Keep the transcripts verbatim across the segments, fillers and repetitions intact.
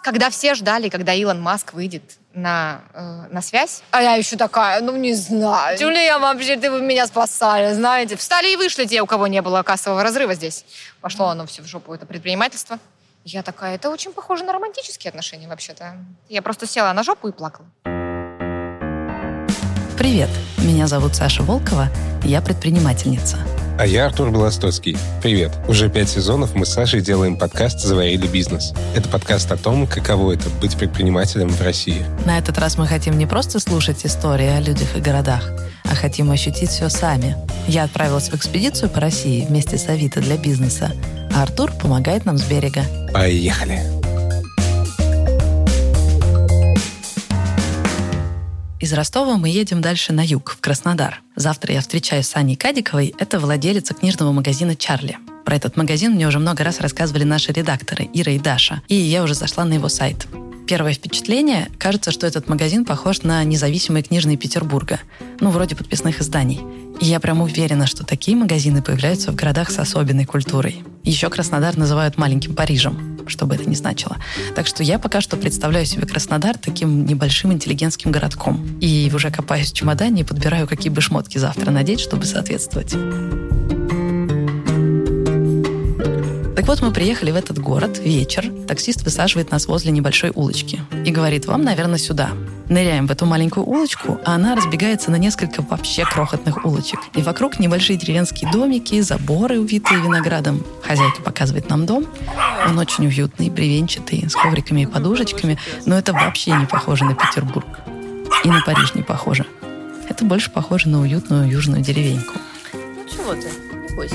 Когда все ждали, когда Илон Маск выйдет на, э, на связь, а я еще такая, ну не знаю. Джулия, вообще, ты вы меня спасали, знаете. Встали и вышли те, у кого не было кассового разрыва здесь. Пошло оно все в жопу, это предпринимательство. Я такая, это очень похоже на романтические отношения вообще-то. Я просто села на жопу и плакала. Привет, меня зовут Саша Волкова, и я предпринимательница. А я Артур Белостоцкий. Привет. Уже пять сезонов мы с Сашей делаем подкаст «Заварили бизнес». Это подкаст о том, каково это — быть предпринимателем в России. На этот раз мы хотим не просто слушать истории о людях и городах, а хотим ощутить все сами. Я отправилась в экспедицию по России вместе с Авито для бизнеса, а Артур помогает нам с берега. Поехали! Из Ростова мы едем дальше на юг, в Краснодар. Завтра я встречаюсь с Аней Кадиковой, это владелица книжного магазина «Чарли». Про этот магазин мне уже много раз рассказывали наши редакторы Ира и Даша, и я уже зашла на его сайт. Первое впечатление – кажется, что этот магазин похож на независимые книжные Петербурга, ну, вроде подписных изданий. И я прям уверена, что такие магазины появляются в городах с особенной культурой. Еще Краснодар называют маленьким Парижем, что бы это ни значило. Так что я пока что представляю себе Краснодар таким небольшим интеллигентским городком. И уже копаюсь в чемодане и подбираю, какие бы шмотки завтра надеть, чтобы соответствовать. Так вот, мы приехали в этот город, вечер. Таксист высаживает нас возле небольшой улочки и говорит: вам, наверное, сюда. Ныряем в эту маленькую улочку, а она разбегается на несколько вообще крохотных улочек. И вокруг небольшие деревенские домики, заборы, увитые виноградом. Хозяйка показывает нам дом. Он очень уютный, бревенчатый, с ковриками и подушечками, но это вообще не похоже на Петербург. И на Париж не похоже. Это больше похоже на уютную южную деревеньку. Ну чего ты, не бойся.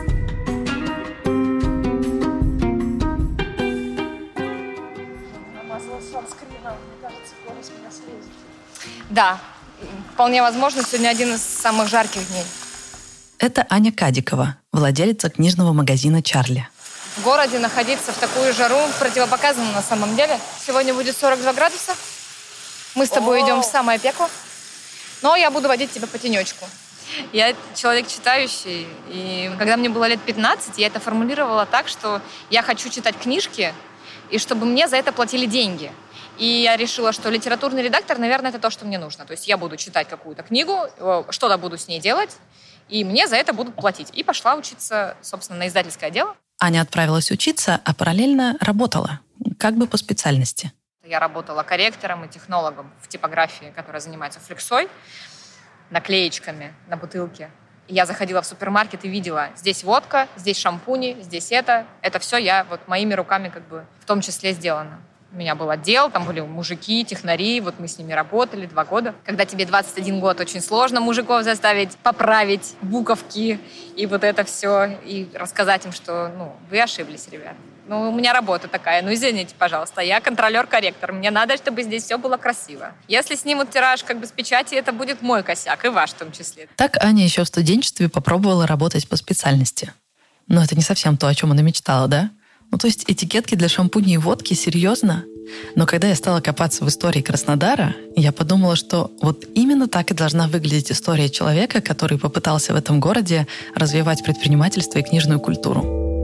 Да, вполне возможно, сегодня один из самых жарких дней. Это Аня Кадикова, владелица книжного магазина «Чарли». В городе находиться в такую жару противопоказано на самом деле. Сегодня будет сорок два градуса. Мы с тобой О! идем в самое пекло. Но я буду водить тебя по тенечку. Я человек читающий, и когда мне было лет пятнадцать, я это формулировала так, что я хочу читать книжки, и чтобы мне за это платили деньги. И я решила, что литературный редактор, наверное, это то, что мне нужно. То есть я буду читать какую-то книгу, что-то буду с ней делать, и мне за это будут платить. И пошла учиться, собственно, на издательское дело. Аня отправилась учиться, а параллельно работала, как бы по специальности. Я работала корректором и технологом в типографии, которая занимается флексой, наклеечками на бутылке. И я заходила в супермаркет и видела: здесь водка, здесь шампуни, здесь это. Это все я вот моими руками как бы в том числе сделано. У меня был отдел, там были мужики, технари, вот мы с ними работали два года. Когда тебе двадцать один год, очень сложно мужиков заставить поправить буковки и вот это все, и рассказать им, что, ну, вы ошиблись, ребят. Ну, у меня работа такая, ну, извините, пожалуйста, я контролер-корректор, мне надо, чтобы здесь все было красиво. Если снимут тираж как бы с печати, это будет мой косяк, и ваш в том числе. Так Аня еще в студенчестве попробовала работать по специальности. Но это не совсем то, о чем она мечтала, да? Ну, то есть этикетки для шампуней и водки, серьезно? Но когда я стала копаться в истории Краснодара, я подумала, что вот именно так и должна выглядеть история человека, который попытался в этом городе развивать предпринимательство и книжную культуру.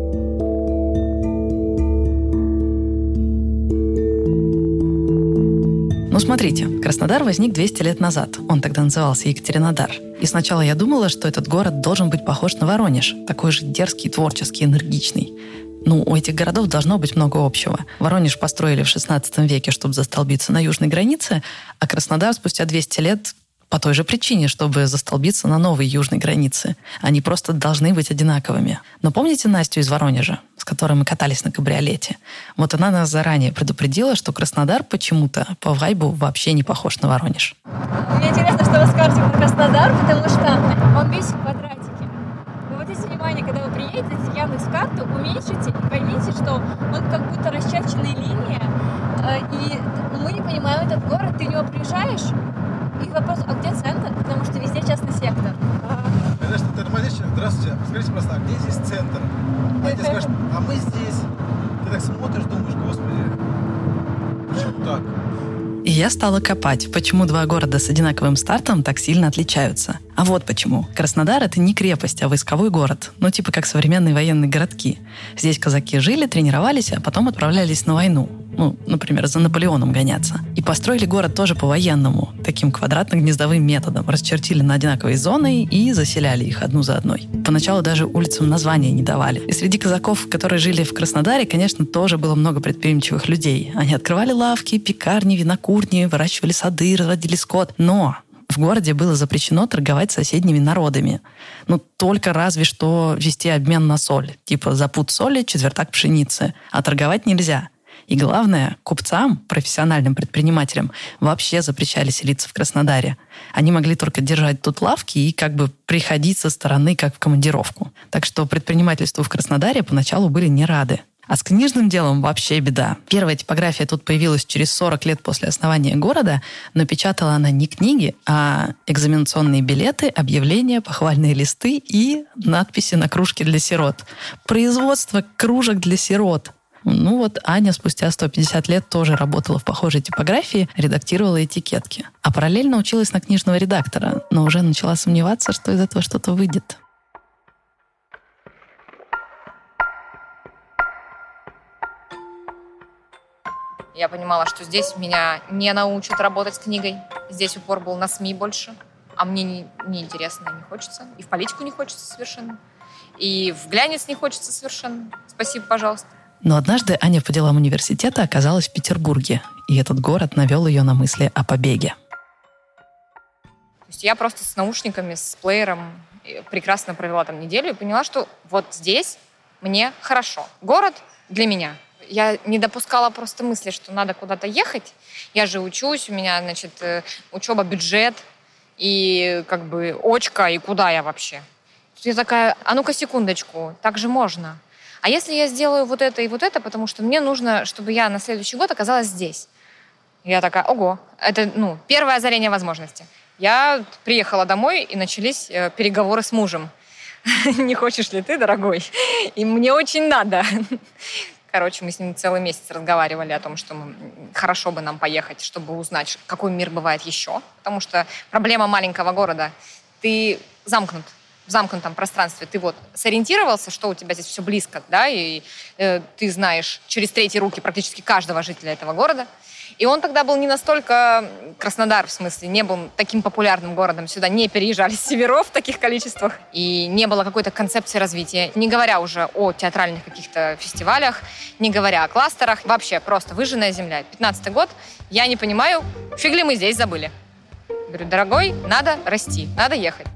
Ну, смотрите, Краснодар возник двести лет назад. Он тогда назывался Екатеринодар. И сначала я думала, что этот город должен быть похож на Воронеж, такой же дерзкий, творческий, энергичный. Ну, у этих городов должно быть много общего. Воронеж построили в шестнадцатом веке, чтобы застолбиться на южной границе, а Краснодар спустя двести лет по той же причине, чтобы застолбиться на новой южной границе. Они просто должны быть одинаковыми. Но помните Настю из Воронежа, с которой мы катались на кабриолете? Вот она нас заранее предупредила, что Краснодар почему-то по вайбу вообще не похож на Воронеж. Мне интересно, что вы скажете про Краснодар, потому что он весь в квадратике. Обратите внимание, когда вы приедете, Яндекс.Карту уменьшите и поймите, что он как будто расчерченная линия, и мы не понимаем этот город, ты в него приезжаешь, и вопрос: а где центр? Потому что везде частный сектор. Когда ты тормозишь: здравствуйте, скажите просто, а где здесь центр? А тебе скажут: а мы здесь. Ты так смотришь, думаешь: господи, почему так? И я стала копать, почему два города с одинаковым стартом так сильно отличаются. А А вот почему. Краснодар — это не крепость, а войсковой город. Ну, типа как современные военные городки. Здесь казаки жили, тренировались, а потом отправлялись на войну. Ну, например, за Наполеоном гоняться. И построили город тоже по-военному, таким квадратно-гнездовым методом. Расчертили на одинаковые зоны и заселяли их одну за одной. Поначалу даже улицам названия не давали. И среди казаков, которые жили в Краснодаре, конечно, тоже было много предприимчивых людей. Они открывали лавки, пекарни, винокурни, выращивали сады, разводили скот. Но в городе было запрещено торговать с соседними народами. Ну, только разве что вести обмен на соль. Типа за пуд соли четвертак пшеницы. А торговать нельзя. И главное, купцам, профессиональным предпринимателям, вообще запрещали селиться в Краснодаре. Они могли только держать тут лавки и как бы приходить со стороны, как в командировку. Так что предпринимательству в Краснодаре поначалу были не рады. А с книжным делом вообще беда. Первая типография тут появилась через сорок лет после основания города, но печатала она не книги, а экзаменационные билеты, объявления, похвальные листы и надписи на кружке для сирот. Производство кружек для сирот. Ну вот Аня спустя сто пятьдесят лет тоже работала в похожей типографии, редактировала этикетки. А параллельно училась на книжного редактора, но уже начала сомневаться, что из этого что-то выйдет. Я понимала, что здесь меня не научат работать с книгой. Здесь упор был на СМИ больше. А мне не, не интересно, не хочется. И в политику не хочется совершенно. И в глянец не хочется совершенно. Спасибо, пожалуйста. Но однажды Аня по делам университета оказалась в Петербурге, и этот город навел ее на мысли о побеге. То есть я просто с наушниками, с плеером прекрасно провела там неделю и поняла, что вот здесь мне хорошо. Город для меня. Я не допускала просто мысли, что надо куда-то ехать. Я же учусь, у меня, значит, учеба, бюджет и как бы очка, и куда я вообще? Тут я такая, а ну-ка секундочку, так же можно. А если я сделаю вот это и вот это, потому что мне нужно, чтобы я на следующий год оказалась здесь. Я такая, ого, это, ну, первое озарение возможности. Я приехала домой, и начались э, переговоры с мужем. Не хочешь ли ты, дорогой? И мне очень надо. Короче, мы с ним целый месяц разговаривали о том, что мы, хорошо бы нам поехать, чтобы узнать, какой мир бывает еще. Потому что проблема маленького города. Ты замкнут. В замкнутом пространстве. Ты вот сориентировался, что у тебя здесь все близко, да, и э, ты знаешь через третьи руки практически каждого жителя этого города. И он тогда был не настолько, Краснодар, в смысле, не был таким популярным городом. Сюда не переезжали с северов в таких количествах. И не было какой-то концепции развития. Не говоря уже о театральных каких-то фестивалях, не говоря о кластерах. Вообще просто выжженная земля. пятнадцатый год. Я не понимаю, фиг ли мы здесь забыли. Говорю, дорогой, надо расти, надо ехать.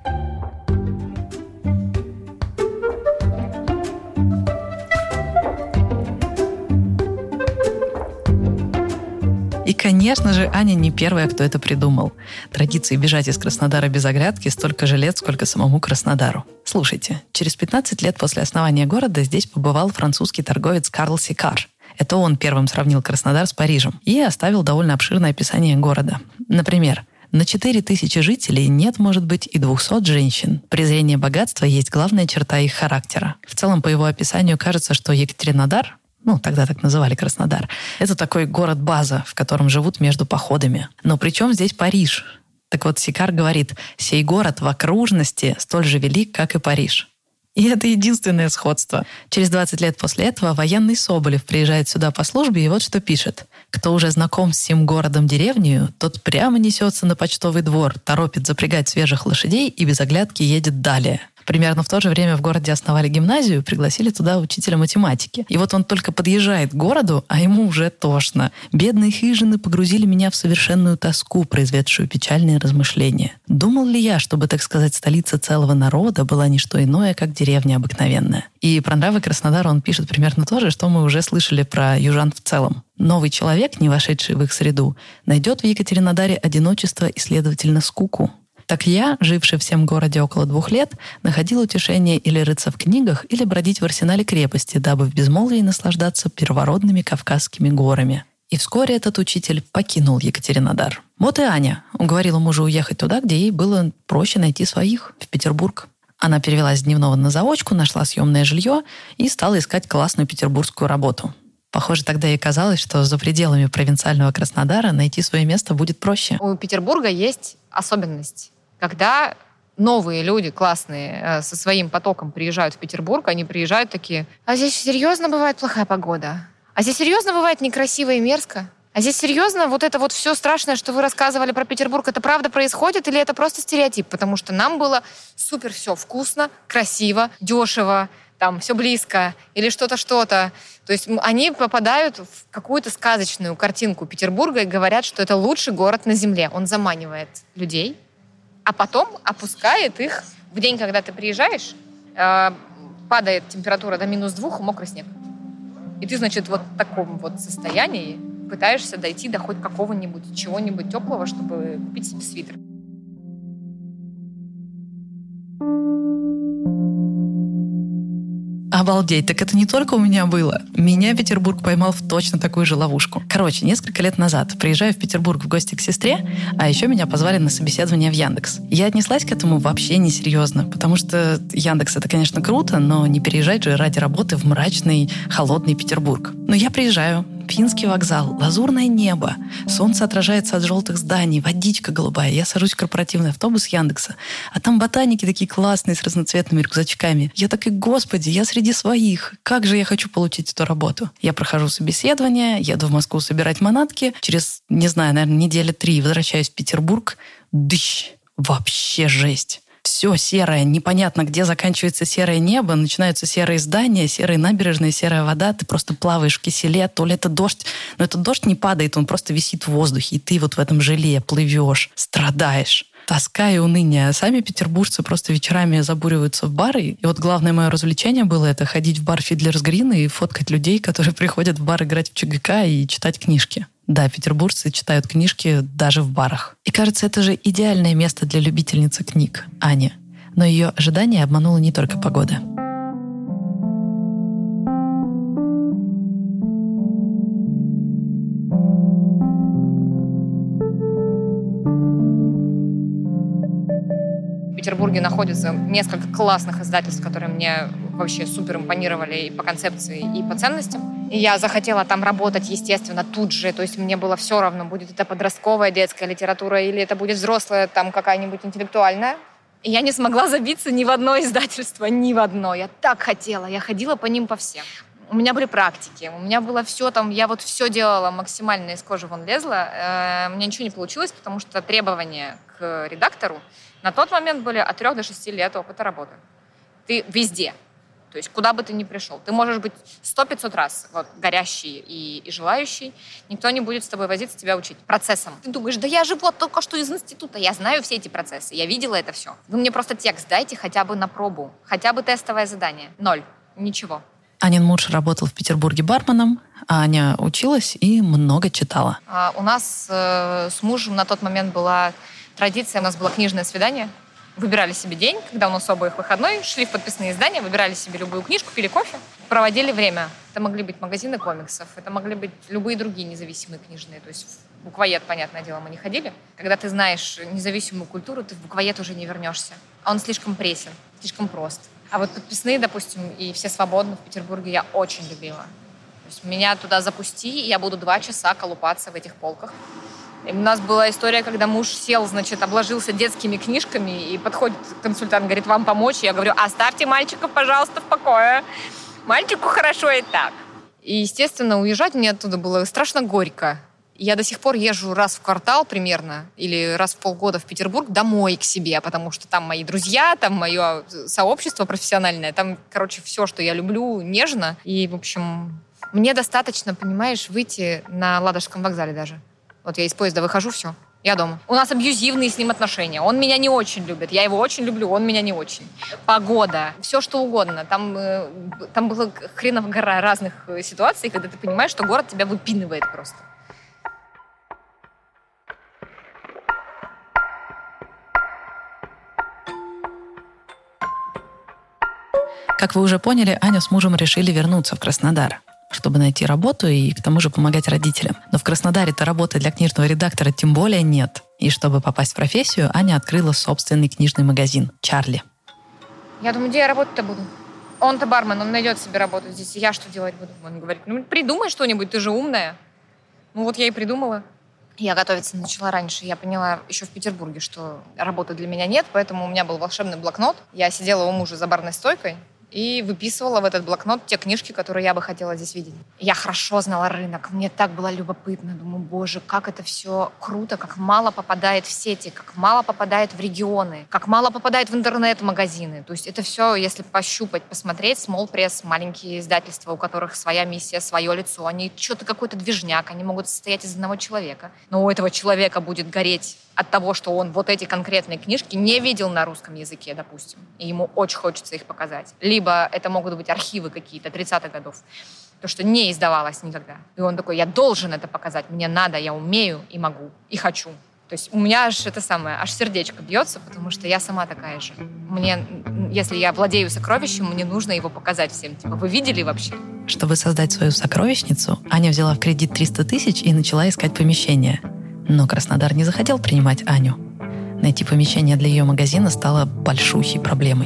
И, конечно же, Аня не первая, кто это придумал. Традиции бежать из Краснодара без оглядки столько же лет, сколько самому Краснодару. Слушайте, через пятнадцать лет после основания города здесь побывал французский торговец Карл Сикар. Это он первым сравнил Краснодар с Парижем и оставил довольно обширное описание города. Например, на четыре тысячи жителей нет, может быть, и двухсот женщин. Презрение богатства есть главная черта их характера. В целом, по его описанию, кажется, что Екатеринодар, ну, тогда так называли Краснодар, это такой город-база, в котором живут между походами. Но при чем здесь Париж? Так вот, Сикар говорит, сей город в окружности столь же велик, как и Париж. И это единственное сходство. Через двадцать лет после этого военный Соболев приезжает сюда по службе и вот что пишет. «Кто уже знаком с сим городом-деревнею, тот прямо несется на почтовый двор, торопит запрягать свежих лошадей и без оглядки едет далее». Примерно в то же время в городе основали гимназию, пригласили туда учителя математики. И вот он только подъезжает к городу, а ему уже тошно. «Бедные хижины погрузили меня в совершенную тоску, произведшую печальные размышления. Думал ли я, чтобы, так сказать, столица целого народа была не что иное, как деревня обыкновенная?» И про нравы Краснодара он пишет примерно то же, что мы уже слышали про южан в целом. «Новый человек, не вошедший в их среду, найдет в Екатеринодаре одиночество и, следовательно, скуку. Так я, живший в всем городе около двух лет, находил утешение или рыться в книгах, или бродить в арсенале крепости, дабы в безмолвии наслаждаться первородными Кавказскими горами». И вскоре этот учитель покинул Екатеринодар. Вот и Аня уговорила мужа уехать туда, где ей было проще найти своих, в Петербург. Она перевелась с дневного на заочку, нашла съемное жилье и стала искать классную петербургскую работу. Похоже, тогда ей казалось, что за пределами провинциального Краснодара найти свое место будет проще. У Петербурга есть особенность. Когда новые люди, классные, со своим потоком приезжают в Петербург, они приезжают такие, а здесь серьезно бывает плохая погода? А здесь серьезно бывает некрасиво и мерзко? А здесь серьезно вот это вот все страшное, что вы рассказывали про Петербург, это правда происходит или это просто стереотип? Потому что нам было супер все вкусно, красиво, дешево, там все близко или что-то, что-то. То есть они попадают в какую-то сказочную картинку Петербурга и говорят, что это лучший город на земле. Он заманивает людей, а потом опускает их в день, когда ты приезжаешь, э, падает температура до минус двух, мокрый снег. И ты, значит, вот в таком вот состоянии пытаешься дойти до хоть какого-нибудь, чего-нибудь теплого, чтобы купить себе свитер. Обалдеть, так это не только у меня было. Меня Петербург поймал в точно такую же ловушку. Короче, несколько лет назад приезжаю в Петербург в гости к сестре, а еще меня позвали на собеседование в Яндекс. Я отнеслась к этому вообще несерьезно, потому что Яндекс — это, конечно, круто, но не переезжать же ради работы в мрачный, холодный Петербург. Но я приезжаю, Финский вокзал, лазурное небо, солнце отражается от желтых зданий, водичка голубая. Я сажусь в корпоративный автобус Яндекса, а там ботаники такие классные с разноцветными рюкзачками. Я такая, господи, я среди своих. Как же я хочу получить эту работу? Я прохожу собеседование, еду в Москву собирать манатки. Через, не знаю, наверное, недели три возвращаюсь в Петербург. Дыщ! Вообще жесть! Все серое, непонятно, где заканчивается серое небо, начинаются серые здания, серые набережные, серая вода, ты просто плаваешь в киселе, то ли это дождь, но этот дождь не падает, он просто висит в воздухе, и ты вот в этом желе плывешь, страдаешь. Тоска и уныние. А сами петербуржцы просто вечерами забуриваются в бары. И вот главное мое развлечение было это ходить в бар Fiddler's Green и фоткать людей, которые приходят в бар играть в ЧГК и читать книжки. Да, петербуржцы читают книжки даже в барах. И кажется, это же идеальное место для любительницы книг, Ани. Но ее ожидания обманула не только погода. В Петербурге находится несколько классных издательств, которые мне вообще супер импонировали и по концепции, и по ценностям. И я захотела там работать, естественно, тут же. То есть мне было все равно, будет это подростковая детская литература или это будет взрослая, там какая-нибудь интеллектуальная. И я не смогла забиться ни в одно издательство, ни в одно. Я так хотела, я ходила по ним по всем. У меня были практики, у меня было все там, я вот все делала максимально из кожи вон лезла. Э, у меня ничего не получилось, потому что требования к редактору на тот момент были от трех до шести лет опыта работы. Ты везде. То есть куда бы ты ни пришел. Ты можешь быть сто-пятьсот раз вот, горящий и, и желающий. Никто не будет с тобой возиться, тебя учить процессом. Ты думаешь, да я же вот только что из института. Я знаю все эти процессы. Я видела это все. Вы мне просто текст дайте хотя бы на пробу. Хотя бы тестовое задание. Ноль. Ничего. Анин муж работал в Петербурге барменом, а Аня училась и много читала. А у нас э, с мужем на тот момент была традиция, у нас было книжное свидание. Выбирали себе день, когда у нас оба их выходной, шли в подписные издания, выбирали себе любую книжку, пили кофе, проводили время. Это могли быть магазины комиксов, это могли быть любые другие независимые книжные. То есть в буквоед, понятное дело, мы не ходили. Когда ты знаешь независимую культуру, ты в буквоед уже не вернешься. А он слишком пресен, слишком прост. А вот подписные, допустим, и все свободно в Петербурге я очень любила. То есть меня туда запусти, и я буду два часа колупаться в этих полках. И у нас была история, когда муж сел, значит, обложился детскими книжками, и подходит консультант, говорит, вам помочь? Я говорю, оставьте мальчиков, пожалуйста, в покое. Мальчику хорошо и так. И, естественно, уезжать мне оттуда было страшно горько. Я до сих пор езжу раз в квартал примерно, или раз в полгода в Петербург домой к себе, потому что там мои друзья, там мое сообщество профессиональное, там, короче, все, что я люблю, нежно. И, в общем, мне достаточно, понимаешь, выйти на Ладожском вокзале даже. Вот я из поезда выхожу, все, я дома. У нас абьюзивные с ним отношения. Он меня не очень любит, я его очень люблю, он меня не очень. Погода, все что угодно. Там, э, там было хренов гора разных ситуаций, когда ты понимаешь, что город тебя выпинывает просто. Как вы уже поняли, Аня с мужем решили вернуться в Краснодар, чтобы найти работу и к тому же помогать родителям. Но в Краснодаре-то работы для книжного редактора тем более нет. И чтобы попасть в профессию, Аня открыла собственный книжный магазин «Чарли». Я думаю, где я работать-то буду? Он-то бармен, он найдет себе работу здесь. Я что делать буду? Он говорит, ну придумай что-нибудь, ты же умная. Ну вот я и придумала. Я готовиться начала раньше. Я поняла еще в Петербурге, что работы для меня нет, поэтому у меня был волшебный блокнот. Я сидела у мужа за барной стойкой и выписывала в этот блокнот те книжки, которые я бы хотела здесь видеть. Я хорошо знала рынок, мне так было любопытно. Думаю, боже, как это все круто, как мало попадает в сети, как мало попадает в регионы, как мало попадает в интернет-магазины. То есть это все, если пощупать, посмотреть, small press, маленькие издательства, у которых своя миссия, свое лицо, они что-то какой-то движняк, они могут состоять из одного человека. Но у этого человека будет гореть от того, что он вот эти конкретные книжки не видел на русском языке, допустим, и ему очень хочется их показать. Либо это могут быть архивы какие-то тридцатых годов, то, что не издавалось никогда. И он такой, я должен это показать, мне надо, я умею и могу, и хочу. То есть у меня аж это самое, аж сердечко бьется, потому что я сама такая же. Мне, если я владею сокровищем, мне нужно его показать всем. Типа, вы видели вообще? Чтобы создать свою сокровищницу, Аня взяла в кредит триста тысяч и начала искать помещение. Но Краснодар не захотел принимать Аню. Найти помещение для ее магазина стало большущей проблемой.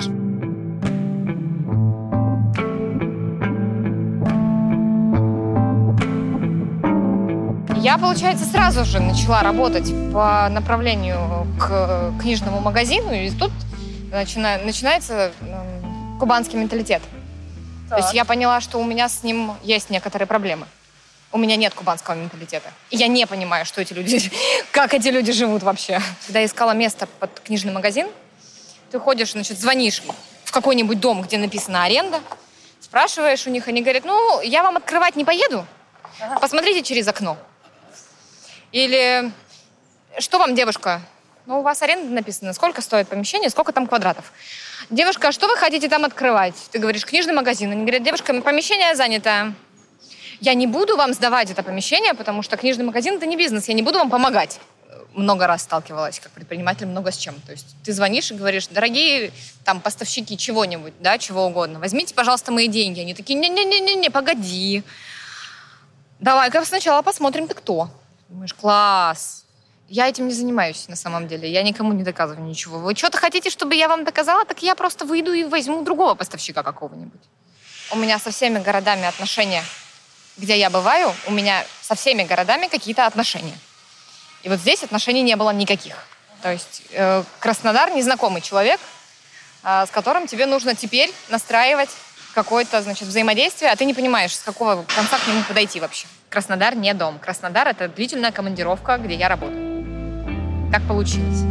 Я, получается, сразу же начала работать по направлению к книжному магазину, и тут начина... начинается э, кубанский менталитет. Так. То есть я поняла, что у меня с ним есть некоторые проблемы. У меня нет кубанского менталитета. И я не понимаю, что эти люди, как эти люди живут вообще. Когда я искала место под книжный магазин, ты ходишь, значит, звонишь в какой-нибудь дом, где написано аренда, спрашиваешь у них, они говорят, ну, я вам открывать не поеду, посмотрите через окно. Или, что вам, девушка? Ну, у вас аренда написана, сколько стоит помещение, сколько там квадратов. Девушка, а что вы хотите там открывать? Ты говоришь, книжный магазин. Они говорят, девушка, помещение занято. Я не буду вам сдавать это помещение, потому что книжный магазин – это не бизнес, я не буду вам помогать. Много раз сталкивалась как предприниматель много с чем. То есть ты звонишь и говоришь, дорогие там поставщики чего-нибудь, да, чего угодно, возьмите, пожалуйста, мои деньги. Они такие, не-не-не-не, погоди. Давай-ка сначала посмотрим, ты кто. Думаешь, класс. Я этим не занимаюсь на самом деле, я никому не доказываю ничего. Вы что-то хотите, чтобы я вам доказала, так я просто выйду и возьму другого поставщика какого-нибудь. У меня со всеми городами отношения, где я бываю, у меня со всеми городами какие-то отношения. И вот здесь отношений не было никаких. То есть э, Краснодар – незнакомый человек, э, с которым тебе нужно теперь настраивать какое-то, значит, взаимодействие, а ты не понимаешь, с какого конца к нему подойти вообще. Краснодар не дом. Краснодар – это длительная командировка, где я работаю. Так получилось.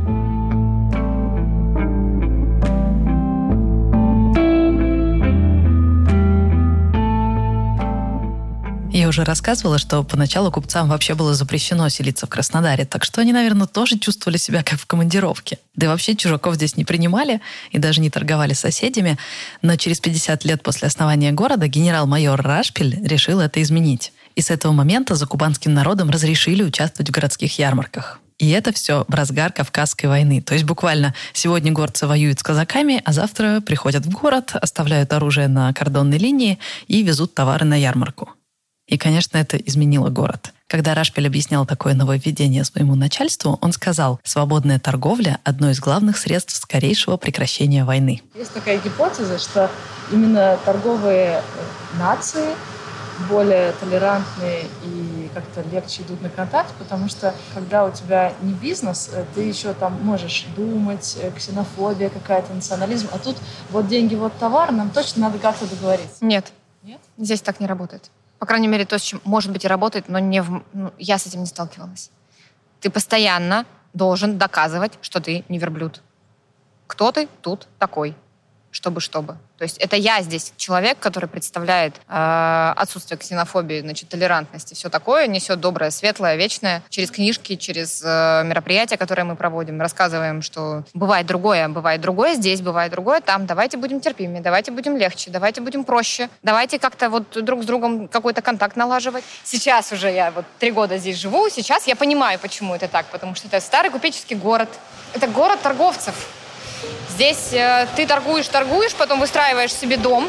Я уже рассказывала, что поначалу купцам вообще было запрещено селиться в Краснодаре, так что они, наверное, тоже чувствовали себя как в командировке. Да и вообще чужаков здесь не принимали и даже не торговали с соседями. Но через пятьдесят лет после основания города генерал-майор Рашпиль решил это изменить. И с этого момента за кубанским народом разрешили участвовать в городских ярмарках. И это все в разгар Кавказской войны. То есть буквально сегодня горцы воюют с казаками, а завтра приходят в город, оставляют оружие на кордонной линии и везут товары на ярмарку. И, конечно, это изменило город. Когда Рашпиль объяснял такое нововведение своему начальству, он сказал, свободная торговля – одно из главных средств скорейшего прекращения войны. Есть такая гипотеза, что именно торговые нации более толерантные и как-то легче идут на контакт, потому что когда у тебя не бизнес, ты еще там можешь думать, ксенофобия какая-то, национализм, а тут вот деньги, вот товар, нам точно надо как-то договориться. Нет. Нет? Здесь так не работает. По крайней мере, то, с чем, может быть, и работает, но не в, ну, я с этим не сталкивалась. Ты постоянно должен доказывать, что ты не верблюд. Кто ты тут такой? Чтобы, чтобы. То есть это я здесь человек, который представляет э, отсутствие ксенофобии, значит, толерантности, все такое, несет доброе, светлое, вечное, через книжки, через э, мероприятия, которые мы проводим, рассказываем, что бывает другое, бывает другое здесь, бывает другое там, давайте будем терпимее, давайте будем легче, давайте будем проще, давайте как-то вот друг с другом какой-то контакт налаживать. Сейчас уже я вот три года здесь живу, сейчас я понимаю, почему это так, потому что это старый купеческий город, это город торговцев. Здесь э, ты торгуешь, торгуешь, потом выстраиваешь себе дом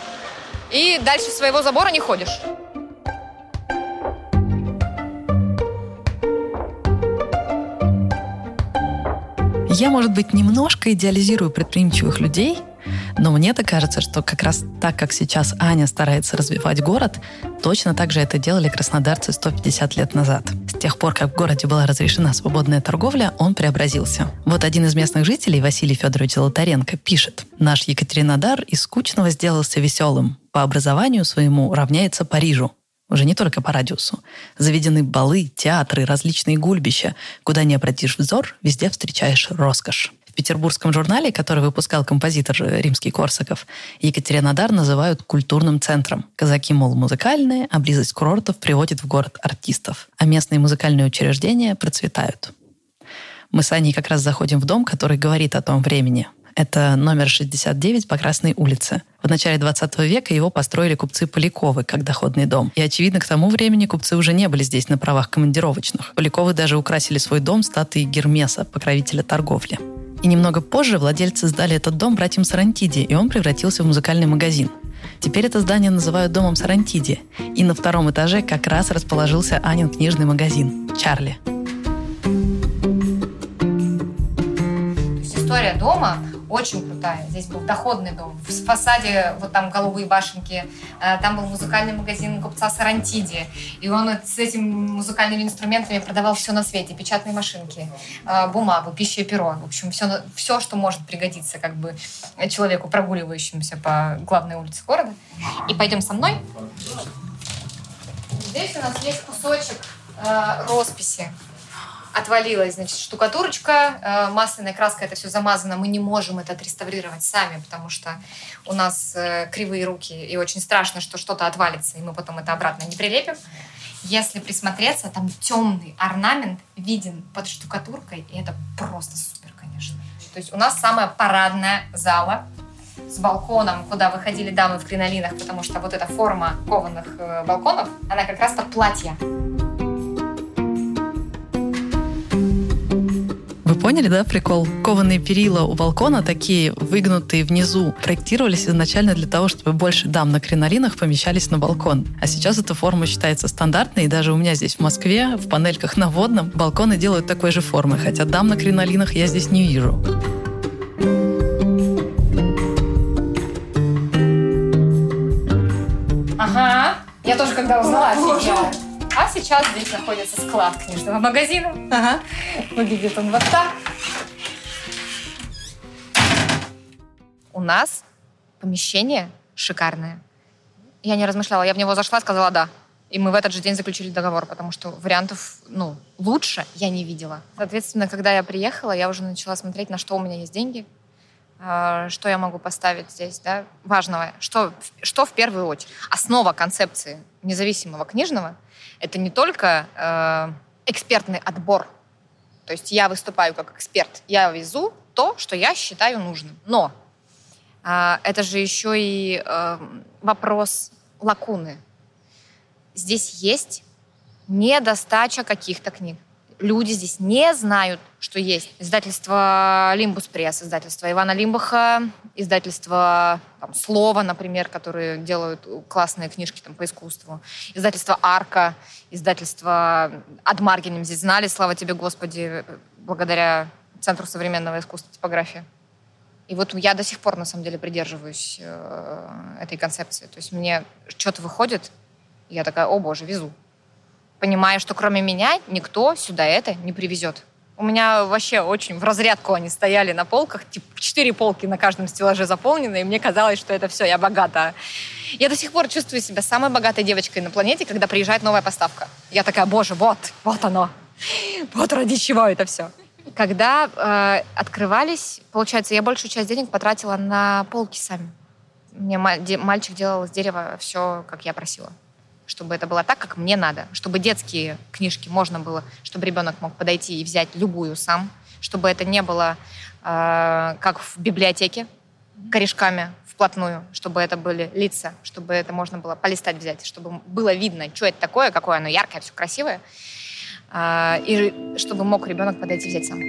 и дальше своего забора не ходишь. Я, может быть, немножко идеализирую предприимчивых людей, Но мне-то кажется, что как раз так, как сейчас Аня старается развивать город, точно так же это делали краснодарцы сто пятьдесят лет назад. С тех пор, как в городе была разрешена свободная торговля, он преобразился. Вот один из местных жителей, Василий Федорович Золотаренко, пишет: «Наш Екатеринодар из скучного сделался веселым. По образованию своему равняется Парижу». Уже не только по радиусу. Заведены балы, театры, различные гульбища. Куда ни обратишь взор, везде встречаешь роскошь. В петербургском журнале, который выпускал композитор Римский-Корсаков, Екатеринодар называют культурным центром. Казаки, мол, музыкальные, а близость курортов приводит в город артистов. А местные музыкальные учреждения процветают. Мы с Аней как раз заходим в дом, который говорит о том времени. Это номер шестьдесят девять по Красной улице. В начале двадцатого века его построили купцы Поляковы как доходный дом. И, очевидно, к тому времени купцы уже не были здесь на правах командировочных. Поляковы даже украсили свой дом статуей Гермеса, покровителя торговли. И немного позже владельцы сдали этот дом братьям Сарантиди, и он превратился в музыкальный магазин. Теперь это здание называют домом Сарантиди. И на втором этаже как раз расположился Анин книжный магазин «Чарли». То есть история дома очень крутая. Здесь был доходный дом. В фасаде, вот там голубые башенки, там был музыкальный магазин купца Сарантиди. И он с этими музыкальными инструментами продавал все на свете. Печатные машинки, бумагу, пищу и перо. В общем, все, все, что может пригодиться как бы человеку, прогуливающемуся по главной улице города. И пойдем со мной. Здесь у нас есть кусочек э, росписи. Отвалилась, значит, штукатурочка, э, масляной краской это все замазано. Мы не можем это отреставрировать сами, потому что у нас э, кривые руки, и очень страшно, что что-то отвалится, и мы потом это обратно не прилепим. Если присмотреться, там темный орнамент виден под штукатуркой, и это просто супер, конечно. То есть у нас самая парадная зала с балконом, куда выходили дамы в кринолинах, потому что вот эта форма кованых э, балконов, она как раз под платье. Вы поняли, да, прикол? Кованые перила у балкона, такие выгнутые внизу, проектировались изначально для того, чтобы больше дам на кринолинах помещались на балкон. А сейчас эта форма считается стандартной, и даже у меня здесь в Москве, в панельках на Водном, балконы делают такой же формы, хотя дам на кринолинах я здесь не вижу. Ага, я тоже когда узнала, офигела. А сейчас здесь находится склад книжного магазина. Ага. Выглядит он вот так. У нас помещение шикарное. Я не размышляла, я в него зашла, сказала «да». И мы в этот же день заключили договор, потому что вариантов, ну, лучше я не видела. Соответственно, когда я приехала, я уже начала смотреть, на что у меня есть деньги, что я могу поставить здесь, да, важного. Что, что в первую очередь? Основа концепции независимого книжного — это не только э, экспертный отбор. То есть я выступаю как эксперт, я везу то, что я считаю нужным. Но э, это же еще и э, вопрос лакуны. Здесь есть недостача каких-то книг. Люди здесь не знают, что есть. Издательство «Лимбус Пресс», издательство Ивана Лимбаха, издательство там, «Слово», например, которые делают классные книжки там, по искусству. Издательство «Арка», издательство «Адмаргинем» здесь знали, слава тебе, Господи, благодаря Центру современного искусства типографии. И вот я до сих пор, на самом деле, придерживаюсь э, этой концепции. То есть мне что-то выходит, и я такая, о боже, везу. Понимая, что кроме меня никто сюда это не привезет. У меня вообще очень в разрядку они стояли на полках, типа четыре полки на каждом стеллаже заполнены, и мне казалось, что это все, я богата. Я до сих пор чувствую себя самой богатой девочкой на планете, когда приезжает новая поставка. Я такая, боже, вот, вот оно. Вот ради чего это все. Когда э, открывались, получается, я большую часть денег потратила на полки сами. Мне мальчик делал из дерева все, как я просила. Чтобы это было так, как мне надо. Чтобы детские книжки можно было, чтобы ребенок мог подойти и взять любую сам. Чтобы это не было э, как в библиотеке, корешками вплотную. Чтобы это были лица, чтобы это можно было полистать взять. Чтобы было видно, что это такое, какое оно яркое, все красивое. Э, и чтобы мог ребенок подойти и взять сам.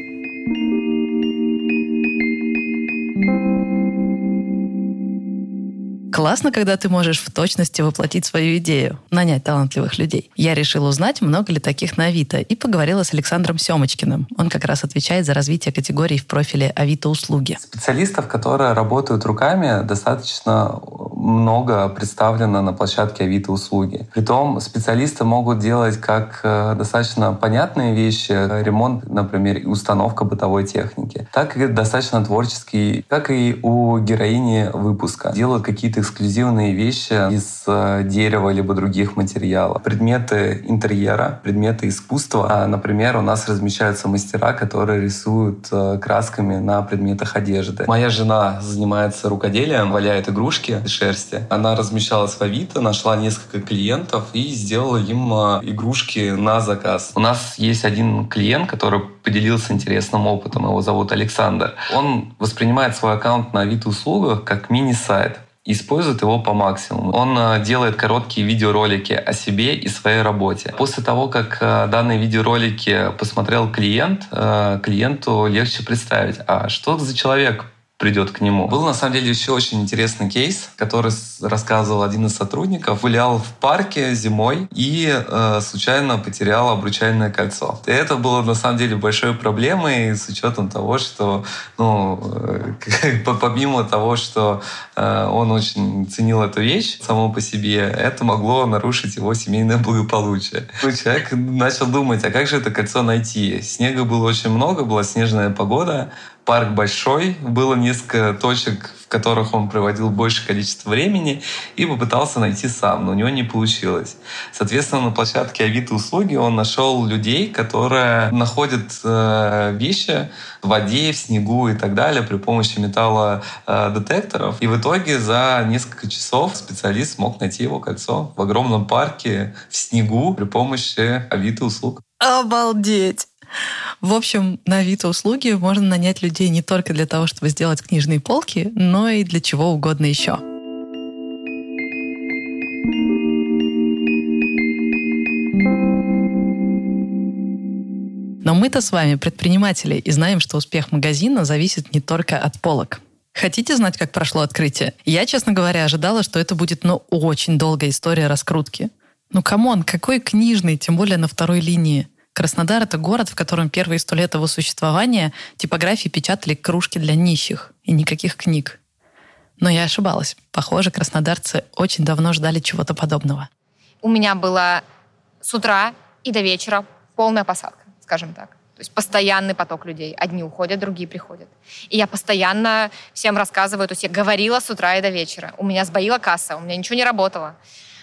Классно, когда ты можешь в точности воплотить свою идею, нанять талантливых людей. Я решила узнать, много ли таких на Авито, и поговорила с Александром Семочкиным. Он как раз отвечает за развитие категорий в профиле Авито-услуги. Специалистов, которые работают руками, достаточно много представлено на площадке Авито-услуги. Притом специалисты могут делать как достаточно понятные вещи, ремонт, например, и установка бытовой техники, так и достаточно творческие, как и у героини выпуска. Делают какие-то эксклюзивные вещи из дерева либо других материалов. Предметы интерьера, предметы искусства. Например, у нас размещаются мастера, которые рисуют красками на предметах одежды. Моя жена занимается рукоделием, валяет игрушки из шерсти. Она размещалась в Авито, нашла несколько клиентов и сделала им игрушки на заказ. У нас есть один клиент, который поделился интересным опытом. Его зовут Александр. Он воспринимает свой аккаунт на Авито-услугах как мини-сайт. Использует его по максимуму. Он делает короткие видеоролики о себе и своей работе. После того, как данные видеоролики посмотрел клиент, клиенту легче представить, а что за человек придет к нему. Был, на самом деле, еще очень интересный кейс, который рассказывал один из сотрудников. Гулял в парке зимой и э, случайно потерял обручальное кольцо. И это было, на самом деле, большой проблемой с учетом того, что, ну, э, помимо того, что э, он очень ценил эту вещь само по себе, это могло нарушить его семейное благополучие. Человек начал думать, а как же это кольцо найти? Снега было очень много, была снежная погода, парк большой, было несколько точек, в которых он проводил большее количество времени и попытался найти сам, но у него не получилось. Соответственно, на площадке Авито-услуги он нашел людей, которые находят э, вещи в воде, в снегу и так далее при помощи металлодетекторов. И в итоге за несколько часов специалист смог найти его кольцо в огромном парке в снегу при помощи Авито-услуг. Обалдеть! В общем, на Авито-услуги можно нанять людей не только для того, чтобы сделать книжные полки, но и для чего угодно еще. Но мы-то с вами предприниматели и знаем, что успех магазина зависит не только от полок. Хотите знать, как прошло открытие? Я, честно говоря, ожидала, что это будет, ну, очень долгая история раскрутки. Ну, камон, какой книжный, тем более на второй линии? Краснодар — это город, в котором первые сто лет его существования типографии печатали кружки для нищих и никаких книг. Но я ошибалась. Похоже, краснодарцы очень давно ждали чего-то подобного. У меня было с утра и до вечера полная посадка, скажем так. То есть постоянный поток людей. Одни уходят, другие приходят. И я постоянно всем рассказываю, то есть я говорила с утра и до вечера. У меня сбоила касса, у меня ничего не работало.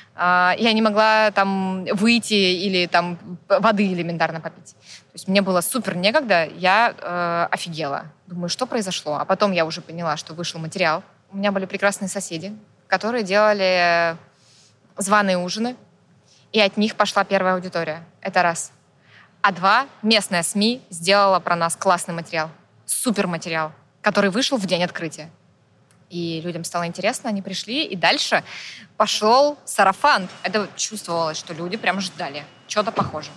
Я не могла там выйти или там воды элементарно попить. То есть мне было супер некогда, я э, офигела. Думаю, что произошло? А потом я уже поняла, что вышел материал. У меня были прекрасные соседи, которые делали званые ужины, и от них пошла первая аудитория. Это раз. А два, местная СМИ сделала про нас классный материал, супер материал, который вышел в день открытия. И людям стало интересно, они пришли, и дальше пошел сарафан. Это чувствовалось, что люди прям ждали чего-то похожего.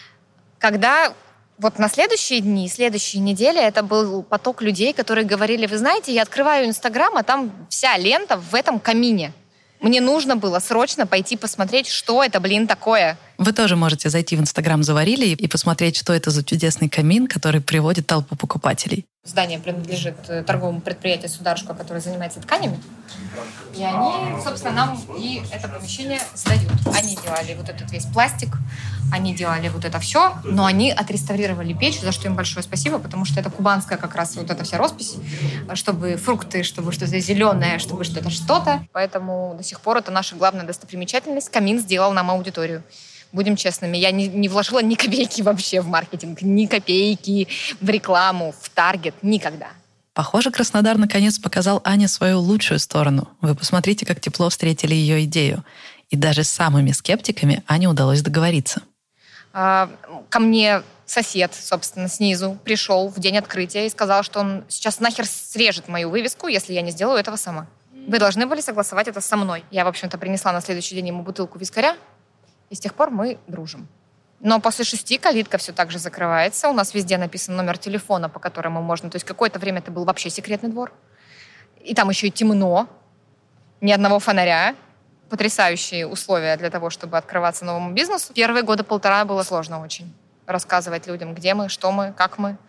Когда вот на следующие дни, следующие недели, это был поток людей, которые говорили, вы знаете, я открываю Инстаграм, а там вся лента в этом камине. Мне нужно было срочно пойти посмотреть, что это, блин, такое. Вы тоже можете зайти в Инстаграм «Заварили» и посмотреть, что это за чудесный камин, который приводит толпу покупателей. Здание принадлежит торговому предприятию «Сударушка», которое занимается тканями. И они, собственно, нам и это помещение сдают. Они делали вот этот весь пластик, они делали вот это все, но они отреставрировали печь, за что им большое спасибо, потому что это кубанская как раз вот эта вся роспись, чтобы фрукты, чтобы что-то зеленое, чтобы что-то что-то. Поэтому до сих пор это наша главная достопримечательность. Камин сделал нам аудиторию. Будем честными, я не, не вложила ни копейки вообще в маркетинг, ни копейки в рекламу, в таргет, никогда. Похоже, Краснодар наконец показал Ане свою лучшую сторону. Вы посмотрите, как тепло встретили ее идею. И даже с самыми скептиками Ане удалось договориться. А, ко мне сосед, собственно, снизу пришел в день открытия и сказал, что он сейчас нахер срежет мою вывеску, если я не сделаю этого сама. Вы должны были согласовать это со мной. Я, в общем-то, принесла на следующий день ему бутылку вискаря, и с тех пор мы дружим. Но после шести калитка все так же закрывается. У нас везде написан номер телефона, по которому можно... То есть какое-то время это был вообще секретный двор. И там еще и темно. ни одного фонаря. Потрясающие условия для того, чтобы открываться новому бизнесу. Первые года полтора было сложно очень рассказывать людям, где мы, что мы, как мы.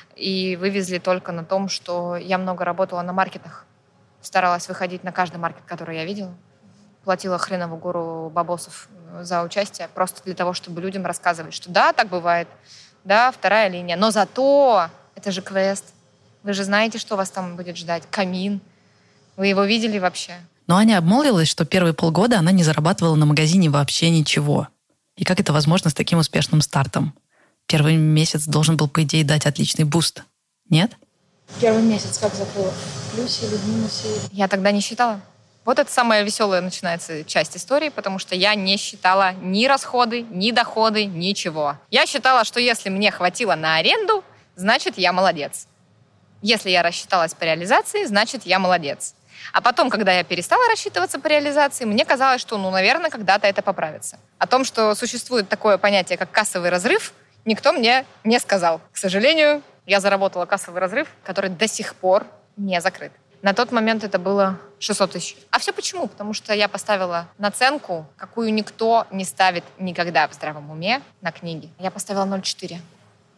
И вывезли только на том, что я много работала на маркетах. Старалась выходить на каждый маркет, который я видела. Платила хреновую гору бабосов за участие, просто для того, чтобы людям рассказывать, что да, так бывает, да, вторая линия. Но зато это же квест. Вы же знаете, что вас там будет ждать. Камин. Вы его видели вообще? Но Аня обмолвилась, что первые полгода она не зарабатывала на магазине вообще ничего. И как это возможно с таким успешным стартом? Первый месяц должен был, по идее, дать отличный буст. Нет? Первый месяц как закрыла? В плюсе или в минусе? Я тогда не считала. Вот это самая веселая начинается часть истории, потому что я не считала ни расходы, ни доходы, ничего. Я считала, что если мне хватило на аренду, значит, я молодец. Если я рассчиталась по реализации, значит, я молодец. А потом, когда я перестала рассчитываться по реализации, мне казалось, что, ну, наверное, когда-то это поправится. О том, что существует такое понятие, как кассовый разрыв, никто мне не сказал. К сожалению, я заработала кассовый разрыв, который до сих пор не закрыт. На тот момент это было шестьсот тысяч. А все почему? Потому что я поставила наценку, какую никто не ставит никогда в здравом уме на книги. Я поставила ноль целых четыре десятых.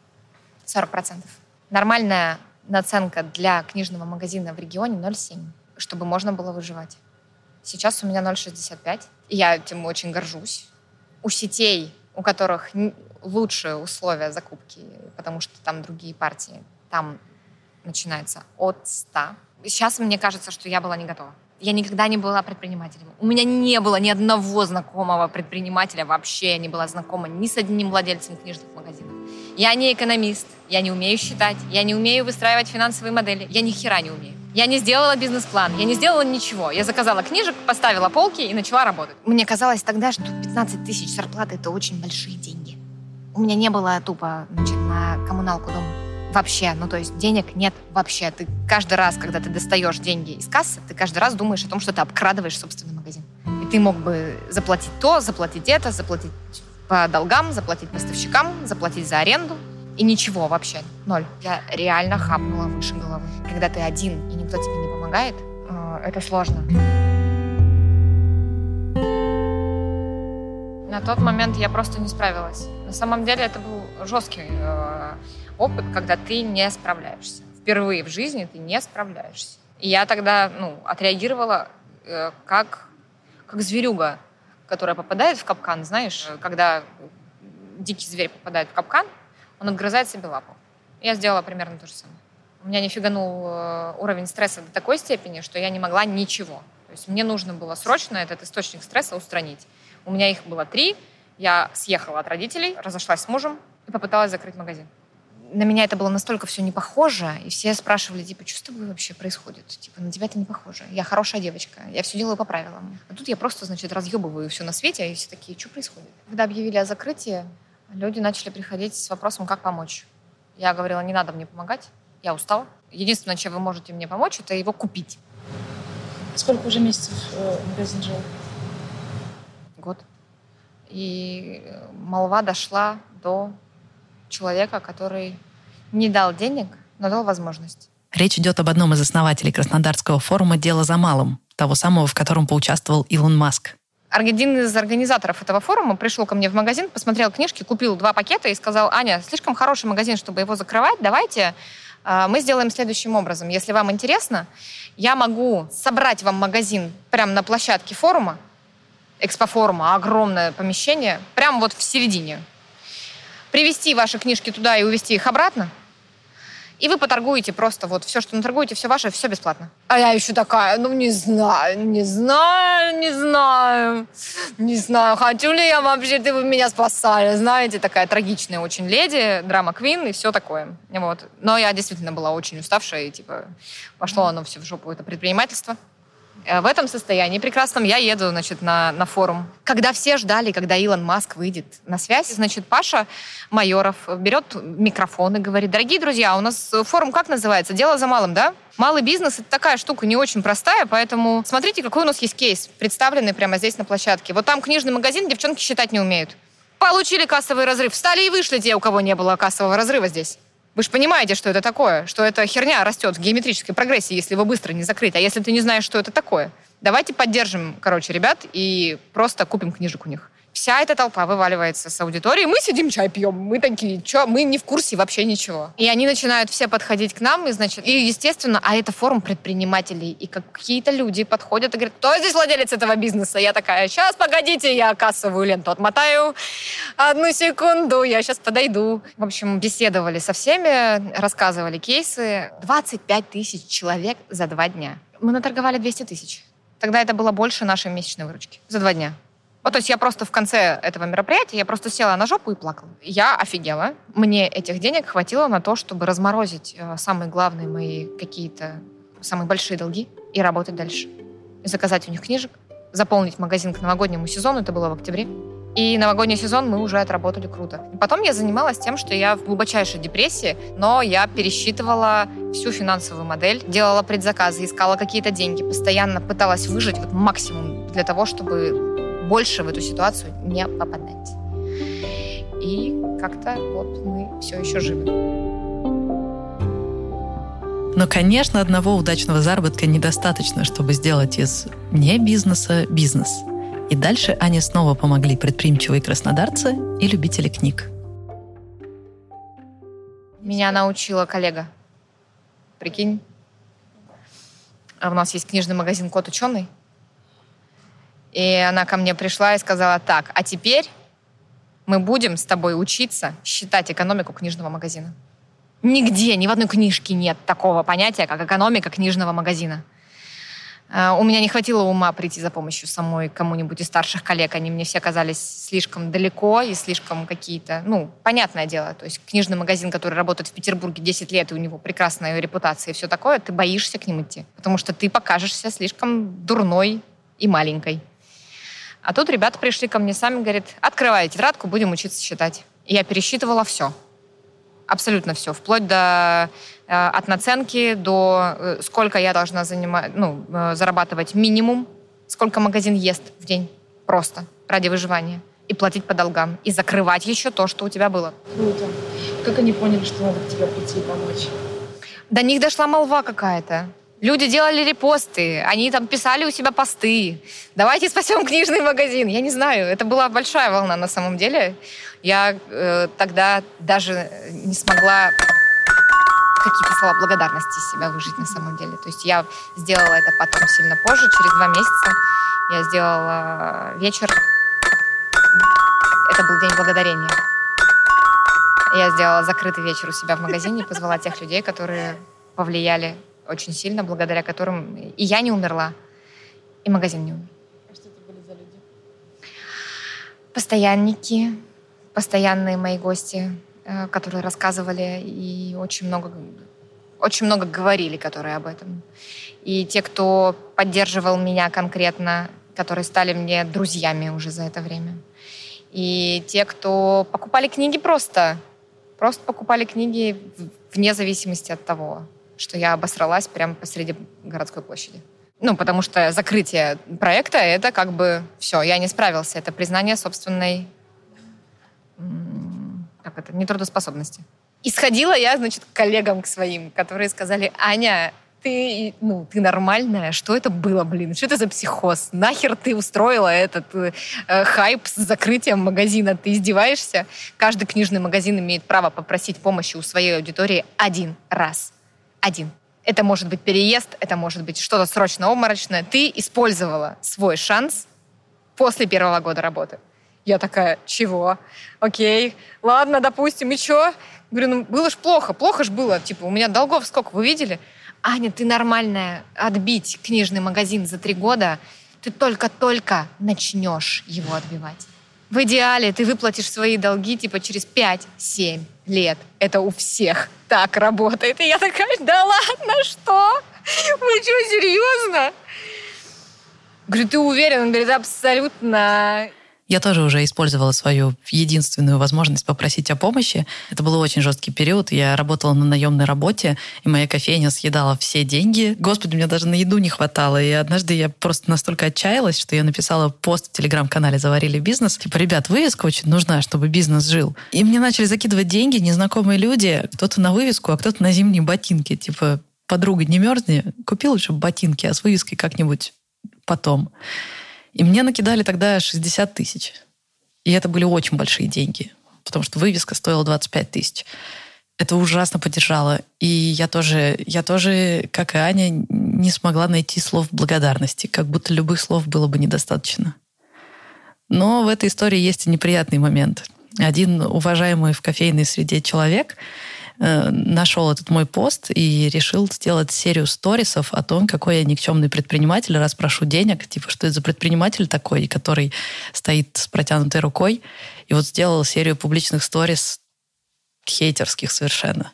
сорок процентов. Нормальная наценка для книжного магазина в регионе ноль целых семь десятых. Чтобы можно было выживать. Сейчас у меня ноль целых шестьдесят пять сотых. И я этим очень горжусь. У сетей, у которых лучшие условия закупки, потому что там другие партии, там начинается от ста. Сейчас мне кажется, что я была не готова. Я никогда не была предпринимателем. У меня не было ни одного знакомого предпринимателя вообще. Я не была знакома ни с одним владельцем книжных магазинов. Я не экономист, я не умею считать, я не умею выстраивать финансовые модели. Я ни хера не умею. Я не сделала бизнес-план, я не сделала ничего. Я заказала книжек, поставила полки и начала работать. Мне казалось тогда, что пятнадцать тысяч зарплаты — это очень большие деньги. У меня не было тупо, значит, на коммуналку дома. Вообще, ну то есть денег нет вообще. Ты каждый раз, когда ты достаешь деньги из кассы, ты каждый раз думаешь о том, что ты обкрадываешь собственный магазин. И ты мог бы заплатить то, заплатить это, заплатить по долгам, заплатить поставщикам, заплатить за аренду. И ничего вообще, ноль. Я реально хапнула выше головы. Когда ты один и никто тебе не помогает, это сложно. На тот момент я просто не справилась. На самом деле это был жесткий э, опыт, когда ты не справляешься. Впервые в жизни ты не справляешься. И я тогда ну, отреагировала э, как, как зверюга, которая попадает в капкан. Знаешь, когда дикий зверь попадает в капкан, он отгрызает себе лапу. Я сделала примерно то же самое. У меня не фиганул э, уровень стресса до такой степени, что я не могла ничего. То есть мне нужно было срочно этот источник стресса устранить. У меня их было три. Я съехала от родителей, разошлась с мужем и попыталась закрыть магазин. На меня это было настолько все не похоже, и все спрашивали, типа, что с тобой вообще происходит? Типа, на тебя это не похоже. Я хорошая девочка, я все делаю по правилам. А тут я просто, значит, разъебываю все на свете, и все такие, что происходит? Когда объявили о закрытии, люди начали приходить с вопросом, как помочь. Я говорила, не надо мне помогать, я устала. Единственное, чем вы можете мне помочь, это его купить. Сколько уже месяцев э, магазин жил? Год. И молва дошла до человека, который не дал денег, но дал возможность. Речь идет об одном из основателей Краснодарского форума «Дело за малым», того самого, в котором поучаствовал Илон Маск. Один из организаторов этого форума пришел ко мне в магазин, посмотрел книжки, купил два пакета и сказал: Аня, слишком хороший магазин, чтобы его закрывать, давайте э, мы сделаем следующим образом. Если вам интересно, я могу собрать вам магазин прямо на площадке форума, экспофорума, огромное помещение, прямо вот в середине. Привезти ваши книжки туда и увезти их обратно. И вы поторгуете просто вот все, что наторгуете, все ваше, все бесплатно. А я еще такая, ну не знаю, не знаю, не знаю, не знаю, хочу ли я вообще, ты вы меня спасали, знаете, такая трагичная очень леди, драма-квин и все такое. Вот. Но я действительно была очень уставшая, и типа пошло оно все в жопу, это предпринимательство. В этом состоянии прекрасном я еду, значит, на, на форум. Когда все ждали, когда Илон Маск выйдет на связь, значит, Паша Майоров берет микрофон и говорит: дорогие друзья, у нас форум как называется? Дело за малым, да? Малый бизнес — это такая штука не очень простая, поэтому смотрите, какой у нас есть кейс, представленный прямо здесь на площадке. Вот там книжный магазин, девчонки считать не умеют. Получили кассовый разрыв, встали и вышли те, у кого не было кассового разрыва здесь. Вы же понимаете, что это такое, что эта херня растет в геометрической прогрессии, если его быстро не закрыть. А если ты не знаешь, что это такое, Давайте поддержим, короче, ребят и просто купим книжек у них. Вся эта толпа вываливается с аудитории, мы сидим, чай пьем, мы такие, что, мы не в курсе вообще ничего. И они начинают все подходить к нам, и, значит, и, естественно, а это форум предпринимателей, и какие-то люди подходят и говорят, кто здесь владелец этого бизнеса? Я такая, сейчас, погодите, я кассовую ленту отмотаю, одну секунду, я сейчас подойду. В общем, беседовали со всеми, рассказывали кейсы. двадцать пять тысяч человек за два дня. Мы наторговали двести тысяч. Тогда это было больше нашей месячной выручки за два дня. Вот, то есть я просто в конце этого мероприятия, я просто села на жопу и плакала. Я офигела. Мне этих денег хватило на то, чтобы разморозить э, самые главные мои какие-то самые большие долги и работать дальше. И заказать у них книжек, заполнить магазин к новогоднему сезону, это было в октябре. И новогодний сезон мы уже отработали круто. Потом я занималась тем, что я в глубочайшей депрессии, но я пересчитывала всю финансовую модель, делала предзаказы, искала какие-то деньги, постоянно пыталась выжать вот максимум для того, чтобы больше в эту ситуацию не попадать. И как-то вот мы все еще живы. Но, конечно, одного удачного заработка недостаточно, чтобы сделать из не бизнеса бизнес. И дальше Ане снова помогли предприимчивые краснодарцы и любители книг. Меня научила коллега. Прикинь. А у нас есть книжный магазин «Кот ученый». И она ко мне пришла и сказала, так, а теперь мы будем с тобой учиться считать экономику книжного магазина. Нигде, ни в одной книжке нет такого понятия, как экономика книжного магазина. У меня не хватило ума прийти за помощью самой кому-нибудь из старших коллег. Они мне все казались слишком далеко и слишком какие-то... Ну, понятное дело. То есть книжный магазин, который работает в Петербурге десять лет, и у него прекрасная репутация и все такое, ты боишься к ним идти. Потому что ты покажешься слишком дурной и маленькой. А тут ребята пришли ко мне сами, говорят, открывай тетрадку, будем учиться считать. И я пересчитывала все. Абсолютно все. Вплоть до э, от наценки, до э, сколько я должна занимать, ну, э, зарабатывать минимум, сколько магазин ест в день. Просто. Ради выживания. И платить по долгам. И закрывать еще то, что у тебя было. Круто. Как они поняли, что надо к тебе прийти и помочь? До них дошла молва какая-то. Люди делали репосты, они там писали у себя посты. Давайте спасем книжный магазин. Я не знаю, это была большая волна на самом деле. Я э, тогда даже не смогла какие-то слова благодарности из себя выжить на самом деле. То есть я сделала это потом сильно позже, через два месяца. Я сделала вечер. Это был день благодарения. Я сделала закрытый вечер у себя в магазине и позвала тех людей, которые повлияли очень сильно, благодаря которым и я не умерла, и магазин не умер. А что это были за люди? Постоянники, постоянные мои гости, которые рассказывали и очень много, очень много говорили, которые об этом. И те, кто поддерживал меня конкретно, которые стали мне друзьями уже за это время. И те, кто покупали книги просто, просто покупали книги вне зависимости от того, что я обосралась прямо посреди городской площади. Ну, потому что закрытие проекта — это как бы все, я не справился. Это признание собственной, как это, нетрудоспособности. И сходила я, значит, к коллегам к своим, которые сказали, Аня, ты, ну, ты нормальная? Что это было, блин? Что это за психоз? Нахер ты устроила этот э, хайп с закрытием магазина? Ты издеваешься? Каждый книжный магазин имеет право попросить помощи у своей аудитории один раз. Один. Это может быть переезд, это может быть что-то срочно обморочное. Ты использовала свой шанс после первого года работы. Я такая, чего? Окей, ладно, допустим, и чё? Говорю, ну было ж плохо, плохо ж было. Типа, у меня долгов сколько, вы видели? Аня, ты нормальная. Отбить книжный магазин за три года, ты только-только начнешь его отбивать. В идеале ты выплатишь свои долги типа через пять-семь лет. Это у всех так работает. И я такая, да ладно, что? Вы что, серьезно? Говорю, ты уверен? Он говорит, абсолютно. Я тоже уже использовала свою единственную возможность попросить о помощи. Это был очень жесткий период. Я работала на наемной работе, и моя кофейня съедала все деньги. Господи, мне даже на еду не хватало. И однажды я просто настолько отчаялась, что я написала пост в телеграм-канале «Заварили бизнес». Типа, ребят, вывеска очень нужна, чтобы бизнес жил. И мне начали закидывать деньги незнакомые люди. Кто-то на вывеску, а кто-то на зимние ботинки. Типа, подруга, не мерзни, купи лучше ботинки, а с вывеской как-нибудь потом. И мне накидали тогда шестьдесят тысяч. И это были очень большие деньги, потому что вывеска стоила двадцать пять тысяч. Это ужасно поддержало. И я тоже, я тоже, как и Аня, не смогла найти слов благодарности, как будто любых слов было бы недостаточно. Но в этой истории есть и неприятный момент. Один уважаемый в кофейной среде человек э, нашел этот мой пост и решил сделать серию сторисов о том, какой я никчемный предприниматель, раз прошу денег, типа, что это за предприниматель такой, который стоит с протянутой рукой. И вот сделал серию публичных сторис хейтерских совершенно.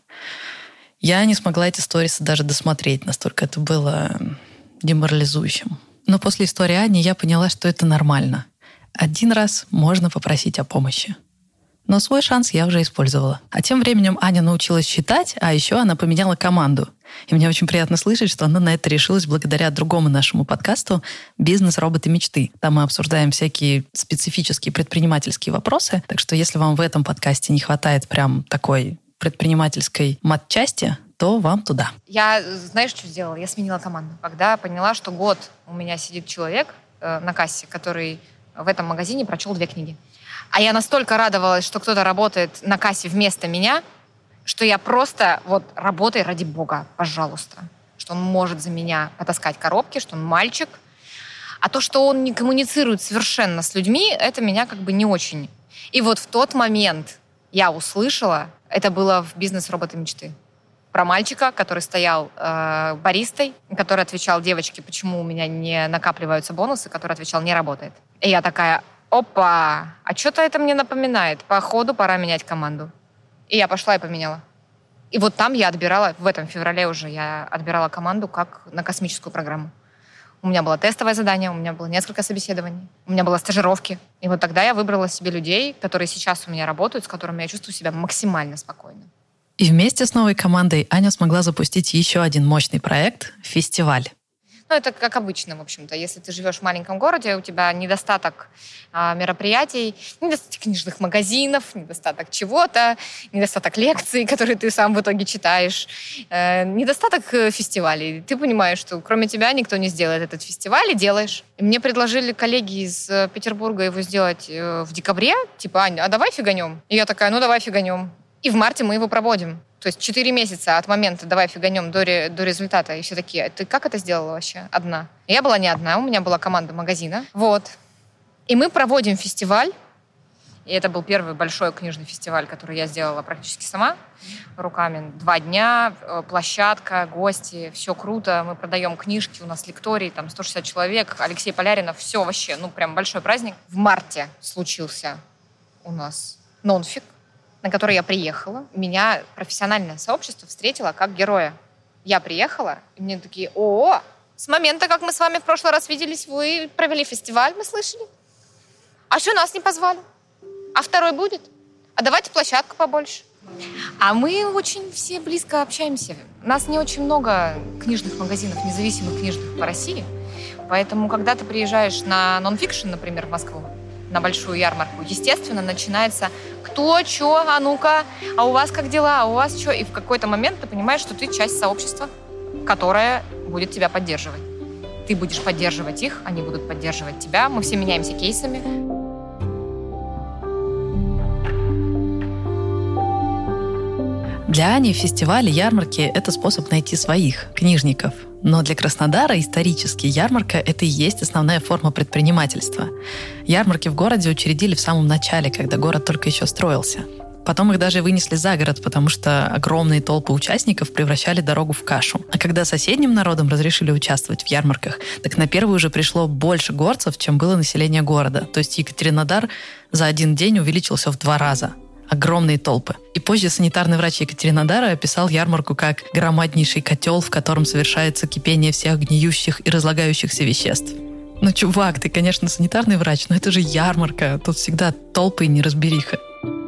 Я не смогла эти сторисы даже досмотреть, настолько это было деморализующим. Но после истории Ани я поняла, что это нормально. Один раз можно попросить о помощи. Но свой шанс я уже использовала. А тем временем Аня научилась считать, а еще она поменяла команду. И мне очень приятно слышать, что она на это решилась благодаря другому нашему подкасту «Бизнес. Роботы. Мечты». Там мы обсуждаем всякие специфические предпринимательские вопросы. Так что если вам в этом подкасте не хватает прям такой предпринимательской матчасти, то вам туда. Я, знаешь, что сделала? Я сменила команду. Когда поняла, что год у меня сидит человек э, на кассе, который в этом магазине прочел две книги. А я настолько радовалась, что кто-то работает на кассе вместо меня, что я просто вот работай ради бога, пожалуйста. Что он может за меня потаскать коробки, что он мальчик. А то, что он не коммуницирует совершенно с людьми, это меня как бы не очень. И вот в тот момент я услышала, это было в «Бизнес. Роботы. Мечты», про мальчика, который стоял э, баристой, который отвечал девочке, почему у меня не накапливаются бонусы, который отвечал, не работает. И я такая, опа, а что-то это мне напоминает. Походу, пора менять команду. И я пошла и поменяла. И вот там я отбирала, в этом феврале уже я отбирала команду как на космическую программу. У меня было тестовое задание, у меня было несколько собеседований, у меня было стажировки. И вот тогда я выбрала себе людей, которые сейчас у меня работают, с которыми я чувствую себя максимально спокойно. И вместе с новой командой Аня смогла запустить еще один мощный проект — фестиваль. Ну, это как обычно, в общем-то. Если ты живешь в маленьком городе, у тебя недостаток а, мероприятий, недостаток книжных магазинов, недостаток чего-то, недостаток лекций, которые ты сам в итоге читаешь, э, недостаток фестивалей. Ты понимаешь, что кроме тебя никто не сделает этот фестиваль, и делаешь. И мне предложили коллеги из Петербурга его сделать в декабре. Типа, Аня, а давай фиганем? И я такая, ну давай фиганем. И в марте мы его проводим. То есть четыре месяца от момента «давай фиганем» до, ре, до результата. И все такие, ты как это сделала вообще? Одна. И я была не одна, у меня была команда магазина. Вот. И мы проводим фестиваль. И это был первый большой книжный фестиваль, который я сделала практически сама руками. Два дня, площадка, гости, все круто. Мы продаем книжки, у нас лекторий, там сто шестьдесят человек, Алексей Поляринов, все вообще, ну прям большой праздник. В марте случился у нас нонфик, на который я приехала. Меня профессиональное сообщество встретило как героя. Я приехала, и мне такие, о, с момента, как мы с вами в прошлый раз виделись, вы провели фестиваль, мы слышали. А что нас не позвали? А второй будет? А давайте площадку побольше. А мы очень все близко общаемся. У нас не очень много книжных магазинов, независимых книжных по России. Поэтому, когда ты приезжаешь на нонфикшн, например, в Москву, на большую ярмарку, естественно, начинается кто, что, а ну-ка, а у вас как дела, а у вас что? И в какой-то момент ты понимаешь, что ты часть сообщества, которое будет тебя поддерживать. Ты будешь поддерживать их, они будут поддерживать тебя. Мы все меняемся кейсами. Для Ани фестивали, ярмарки — это способ найти своих, книжников. Но для Краснодара исторически ярмарка — это и есть основная форма предпринимательства. Ярмарки в городе учредили в самом начале, когда город только еще строился. Потом их даже вынесли за город, потому что огромные толпы участников превращали дорогу в кашу. А когда соседним народам разрешили участвовать в ярмарках, так на первую уже пришло больше горцев, чем было население города. То есть Екатеринодар за один день увеличился в два раза. Огромные толпы. И позже санитарный врач Екатеринодара описал ярмарку как громаднейший котел, в котором совершается кипение всех гниющих и разлагающихся веществ. Ну, чувак, ты, конечно, санитарный врач, но это же ярмарка. Тут всегда толпы и неразбериха.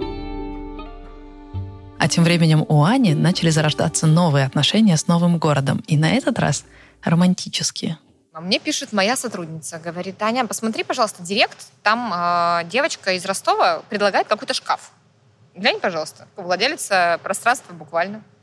А тем временем у Ани начали зарождаться новые отношения с новым городом. И на этот раз романтические. Мне пишет моя сотрудница, говорит, Аня, посмотри, пожалуйста, директ, там э, девочка из Ростова предлагает какой-то шкаф. Глянь, пожалуйста, владелица пространства буквально.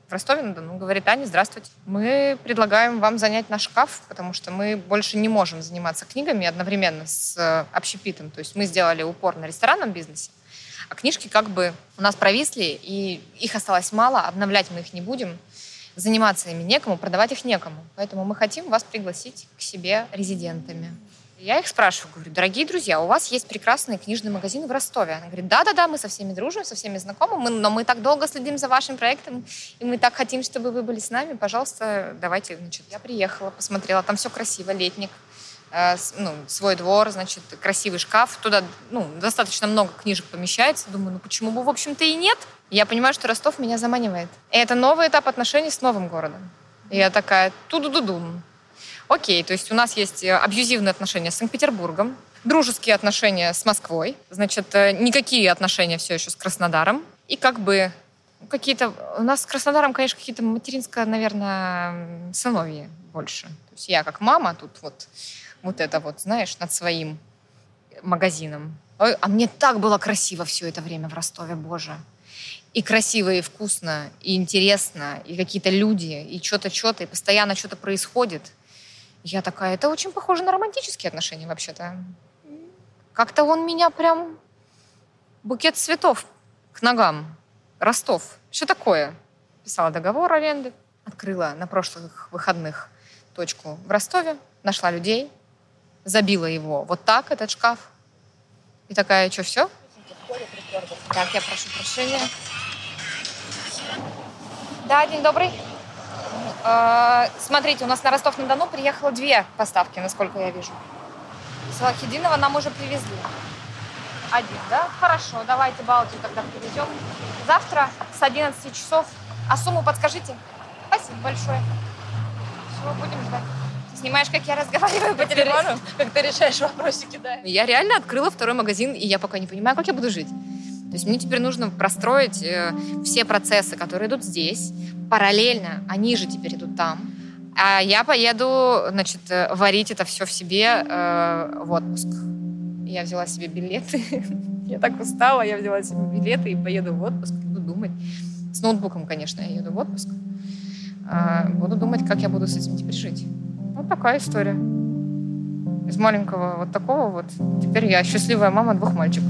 в Ростове-на-Дону. Говорит: Аня, здравствуйте. Мы предлагаем вам занять наш шкаф, потому что мы больше не можем заниматься книгами одновременно с общепитом. То есть мы сделали упор на ресторанном бизнесе, а книжки как бы у нас провисли, и их осталось мало, обновлять мы их не будем, заниматься ими некому, продавать их некому. Поэтому мы хотим вас пригласить к себе резидентами. Я их спрашиваю, говорю: дорогие друзья, у вас есть прекрасный книжный магазин в Ростове. Она говорит: да-да-да, мы со всеми дружим, со всеми знакомы, мы, но мы так долго следим за вашим проектом, и мы так хотим, чтобы вы были с нами. Пожалуйста, давайте. Значит, я приехала, посмотрела, там все красиво, летник, э, ну, свой двор, значит, красивый шкаф. Туда, ну, достаточно много книжек помещается. Думаю, ну почему бы, в общем-то, и нет? Я понимаю, что Ростов меня заманивает. И это новый этап отношений с новым городом. И я такая: ту-ду-ду-дум. Окей, то есть у нас есть абьюзивные отношения с Санкт-Петербургом, дружеские отношения с Москвой, значит, никакие отношения все еще с Краснодаром. И как бы какие-то... У нас с Краснодаром, конечно, какие-то материнско, наверное, сыновья больше. То есть я как мама тут вот, вот это вот, знаешь, над своим магазином. Ой, а мне так было красиво все это время в Ростове, боже. И красиво, и вкусно, и интересно, и какие-то люди, и что-то, что-то, и постоянно что-то происходит. Я такая: это очень похоже на романтические отношения вообще-то. Как-то он меня прям... Букет цветов к ногам. Ростов. Что такое? Писала договор аренды. Открыла на прошлых выходных точку в Ростове. Нашла людей. Забила его вот так, этот шкаф. И такая: что, все? Так, я прошу прощения. Да, день добрый. Смотрите, у нас на Ростов-на-Дону приехало две поставки, насколько я вижу. Салахидинова нам уже привезли. Один, да? Хорошо, давайте Балтию тогда привезем. Завтра с одиннадцати часов. А сумму подскажите? Спасибо большое. Все, будем ждать. Ты снимаешь, как я разговариваю по телефону? Как ты решаешь вопросики, да? Я реально открыла второй магазин, и я пока не понимаю, как я буду жить. То есть мне теперь нужно простроить э, все процессы, которые идут здесь, параллельно, они же теперь идут там. А я поеду, значит, варить это все в себе э, в отпуск. Я взяла себе билеты. Я так устала, я взяла себе билеты и поеду в отпуск. Буду думать. С ноутбуком, конечно, я еду в отпуск. Э, буду думать, как я буду с этим теперь жить. Вот такая история. Из маленького вот такого вот. Теперь я счастливая мама двух мальчиков.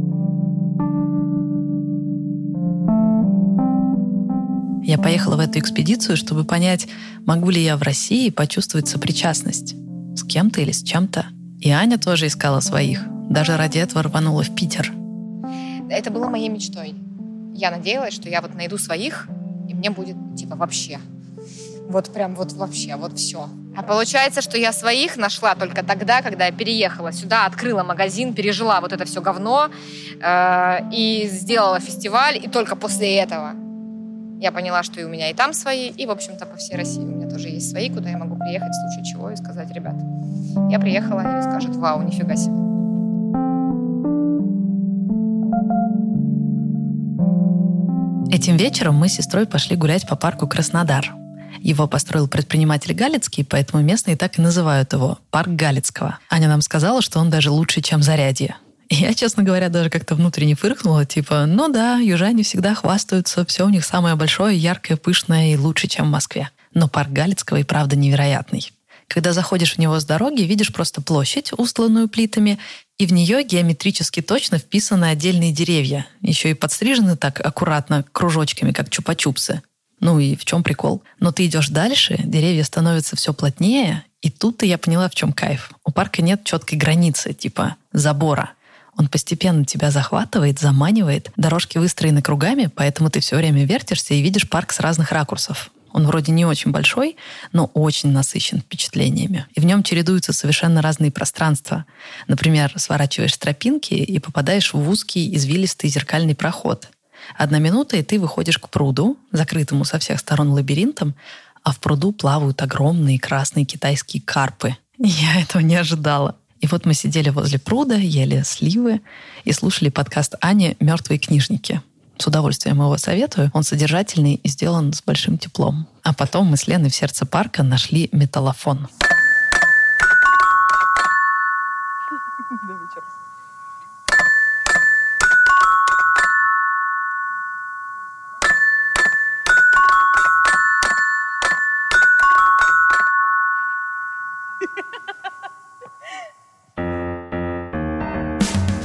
Я поехала в эту экспедицию, чтобы понять, могу ли я в России почувствовать сопричастность с кем-то или с чем-то. И Аня тоже искала своих. Даже ради этого рванула в Питер. Это было моей мечтой. Я надеялась, что я вот найду своих, и мне будет типа вообще. Вот прям вот вообще, вот все. А получается, что я своих нашла только тогда, когда я переехала сюда, открыла магазин, пережила вот это все говно э, и сделала фестиваль, и только после этого я поняла, что и у меня и там свои, и, в общем-то, по всей России у меня тоже есть свои, куда я могу приехать в случае чего и сказать: ребят, я приехала, и скажут: вау, нифига себе. Этим вечером мы с сестрой пошли гулять по парку Краснодар. Его построил предприниматель Галицкий, поэтому местные так и называют его «Парк Галицкого». Аня нам сказала, что он даже лучше, чем Зарядье. И я, честно говоря, даже как-то внутренне фыркнула, типа: ну да, южане всегда хвастаются, все у них самое большое, яркое, пышное и лучше, чем в Москве. Но парк Галицкого и правда невероятный. Когда заходишь в него с дороги, видишь просто площадь, устланную плитами, и в нее геометрически точно вписаны отдельные деревья, еще и подстрижены так аккуратно кружочками, как чупа-чупсы. Ну и в чем прикол? Но ты идешь дальше, деревья становятся все плотнее, и тут-то я поняла, в чем кайф. У парка нет четкой границы, типа забора. Он постепенно тебя захватывает, заманивает. Дорожки выстроены кругами, поэтому ты все время вертишься и видишь парк с разных ракурсов. Он вроде не очень большой, но очень насыщен впечатлениями. И в нем чередуются совершенно разные пространства. Например, сворачиваешь с тропинки и попадаешь в узкий, извилистый зеркальный проход. Одна минута, и ты выходишь к пруду, закрытому со всех сторон лабиринтом, а в пруду плавают огромные красные китайские карпы. Я этого не ожидала. И вот мы сидели возле пруда, ели сливы и слушали подкаст Ани «Мертвые книжники». С удовольствием его советую. Он содержательный и сделан с большим теплом. А потом мы с Леной в сердце парка нашли металлофон.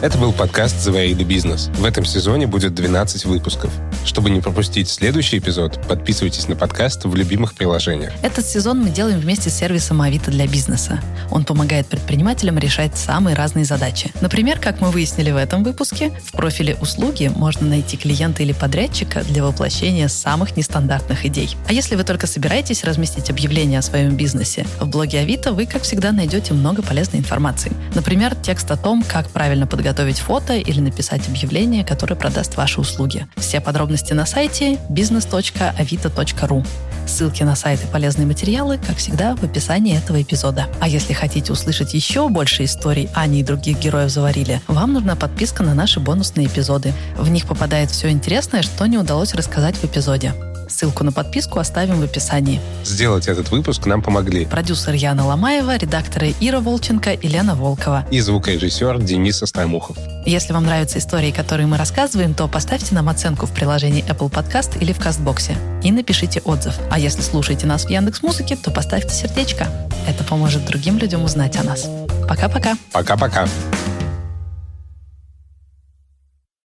Это был подкаст «Заварили бизнес». В этом сезоне будет двенадцать выпусков. Чтобы не пропустить следующий эпизод, подписывайтесь на подкаст в любимых приложениях. Этот сезон мы делаем вместе с сервисом Авито для бизнеса. Он помогает предпринимателям решать самые разные задачи. Например, как мы выяснили в этом выпуске, в профиле «Услуги» можно найти клиента или подрядчика для воплощения самых нестандартных идей. А если вы только собираетесь разместить объявление о своем бизнесе, в блоге Авито вы, как всегда, найдете много полезной информации. Например, текст о том, как правильно подготовить фото или написать объявление, которое продаст ваши услуги. Все подробности на сайте бизнес точка авито точка ру. Ссылки на сайт и полезные материалы, как всегда, в описании этого эпизода. А если хотите услышать еще больше историй Ани и других героев «Заварили», вам нужна подписка на наши бонусные эпизоды. В них попадает все интересное, что не удалось рассказать в эпизоде. Ссылку на подписку оставим в описании. Сделать этот выпуск нам помогли продюсер Яна Ломаева, редакторы Ира Волченко и Лена Волкова и звукорежиссер Денис Остромухов. Если вам нравятся истории, которые мы рассказываем, то поставьте нам оценку в приложении Apple Podcast или в Кастбоксе и напишите отзыв. А если слушаете нас в Яндекс.Музыке, то поставьте сердечко. Это поможет другим людям узнать о нас. Пока-пока. Пока-пока.